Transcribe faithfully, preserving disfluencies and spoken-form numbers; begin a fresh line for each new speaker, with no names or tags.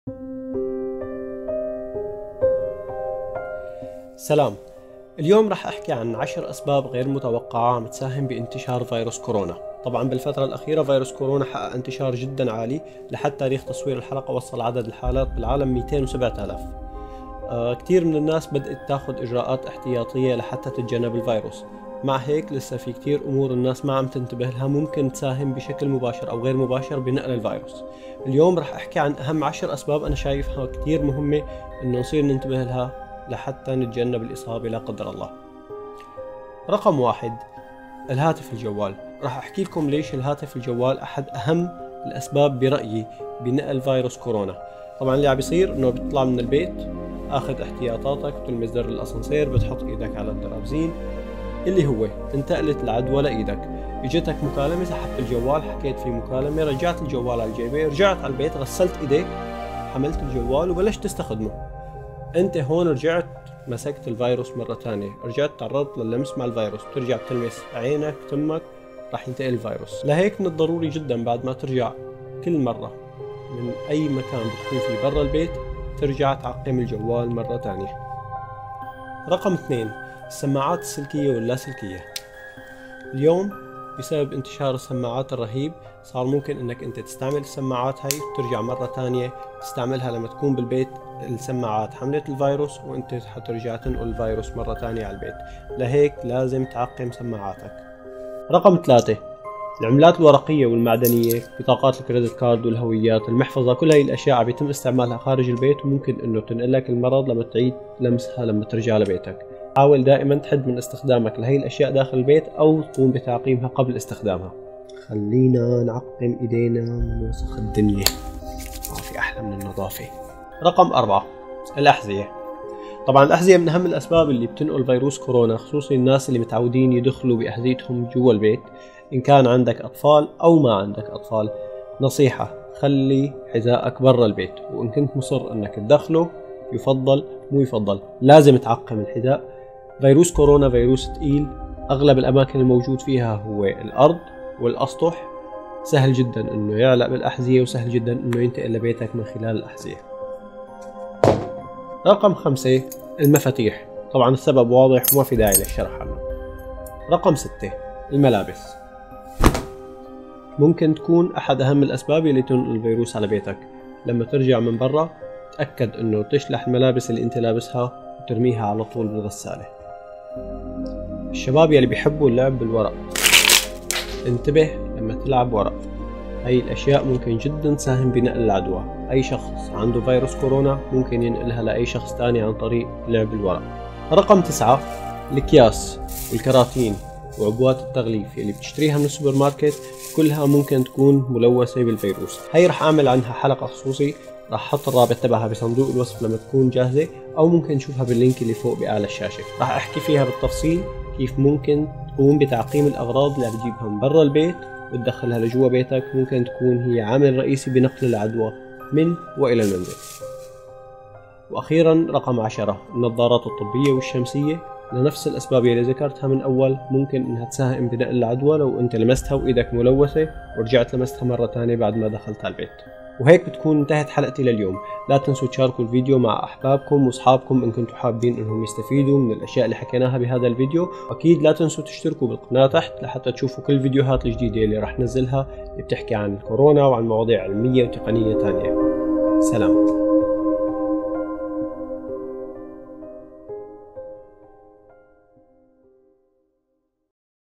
سلام. اليوم رح أحكي عن عشر أسباب غير متوقعة عم تساهم بانتشار فيروس كورونا. طبعا بالفترة الأخيرة فيروس كورونا حقق انتشار جدا عالي، لحد تاريخ تصوير الحلقة وصل عدد الحالات بالعالم مئتين وسبعة آلاف. آه كتير من الناس بدأت تاخد إجراءات احتياطية لحتى تتجنب الفيروس، مع هيك لسه في كتير أمور الناس ما عم تنتبه لها ممكن تساهم بشكل مباشر أو غير مباشر بنقل الفيروس. اليوم رح أحكي عن أهم عشر أسباب أنا شايفها كتير مهمة إنه نصير ننتبه لها لحتى نتجنب الإصابة لا قدر الله. رقم واحد، الهاتف الجوال. راح أحكي لكم ليش الهاتف الجوال أحد أهم الأسباب برأيي بنقل فيروس كورونا. طبعا اللي عم بيصير إنه بتطلع من البيت، أخذ احتياطاتك، بتلمس زر الأسانسير، بتحط إيدك على الدرابزين اللي هو انتقلت العدوى لإيدك. اجتك مكالمة، سحبت الجوال، حكيت في مكالمة، رجعت الجوال على جيبي، رجعت على البيت، غسلت إيديك، حملت الجوال وبلشت تستخدمه. انت هون رجعت مسكت الفيروس مرة تانية، رجعت تعرضت للمس مع الفيروس، بترجع بتلمس عينك تمك، راح ينتقل الفيروس. لهيك من الضروري جدا بعد ما ترجع كل مرة من اي مكان بتكون فيه برا البيت ترجع تعقم الجوال مرة تانية. رقم اثنين، السماعات السلكية واللاسلكية. اليوم بسبب انتشار السماعات الرهيب صار ممكن انك انت تستعمل السماعات هاي وترجع مرة تانية تستعملها لما تكون بالبيت السماعات حملت الفيروس وانت حترجع تنقل الفيروس مرة تانية على البيت. لهيك لازم تعقم سماعاتك. رقم ثلاثة، العملات الورقية والمعدنية، بطاقات الكريدت كارد والهويات، المحفظة، كل هاي الاشياء عم يتم استعمالها خارج البيت وممكن انه تنقلك المرض لما تعيد لمسها لما ترجع لبيتك. حاول دائما تحد من استخدامك لهي الاشياء داخل البيت او تقوم بتعقيمها قبل استخدامها. خلينا نعقم ايدينا من وسخ الدنيا، ما في احلى من النظافة. رقم أربعة، الأحذية. طبعا الأحذية من أهم الأسباب اللي بتنقل فيروس كورونا، خصوصا الناس اللي متعودين يدخلوا بأحذيتهم جوا البيت، إن كان عندك أطفال أو ما عندك أطفال. نصيحة، خلي حذائك برا البيت، وإن كنت مصر أنك تدخله يفضل مو يفضل لازم تعقم الحذاء. فيروس كورونا فيروس تقيل، أغلب الأماكن الموجود فيها هو الأرض والأسطح، سهل جدا أنه يعلق بالأحذية وسهل جدا أنه ينتقل لبيتك من خلال الأحذية. رقم خمسة، المفاتيح. طبعا السبب واضح وما في داعي للشرح عنه. رقم ستة، الملابس. ممكن تكون أحد أهم الأسباب اللي تنقل الفيروس على بيتك. لما ترجع من برا تأكد أنه تشلح الملابس اللي أنت لابسها وترميها على طول بالغسالة. الشباب يلي بيحبوا اللعب بالورق، انتبه لما تلعب ورق، هاي الأشياء ممكن جدا تساهم بنقل العدوى. أي شخص عنده فيروس كورونا ممكن ينقلها لأي شخص تاني عن طريق لعب الورق. رقم تسعة، الأكياس والكراتين وعبوات التغليف اللي بتشتريها من السوبر ماركت، كلها ممكن تكون ملوثة بالفيروس. هاي رح أعمل عنها حلقة خصوصي، رح أحط الرابط تبعها بصندوق الوصف لما تكون جاهزة، أو ممكن تشوفها باللينك اللي فوق بأعلى الشاشة. رح أحكي فيها بالتفصيل كيف ممكن تقوم بتعقيم الأغراض اللي بتجيبها من برا البيت وتدخلها لجوا بيتك، ممكن تكون هي عامل رئيسي بنقل العدوى من وإلى المنزل. وأخيرا رقم عشرة، النظارات الطبية والشمسية. لنفس الأسباب اللي ذكرتها من أول ممكن إنها تساهم بنقل العدوى لو أنت لمستها وإيدك ملوثة ورجعت لمستها مرة تانية بعد ما دخلت على البيت. وهيك بتكون انتهت حلقتي لليوم. لا تنسوا تشاركوا الفيديو مع أحبابكم وأصحابكم إن كنتوا حابين إنهم يستفيدوا من الأشياء اللي حكيناها بهذا الفيديو. وأكيد لا تنسوا تشتركوا بالقناة تحت لحتى تشوفوا كل الفيديوهات الجديدة اللي راح ننزلها اللي بتحكي عن الكورونا وعن مواضيع علمية وتقنية تانية. سلام.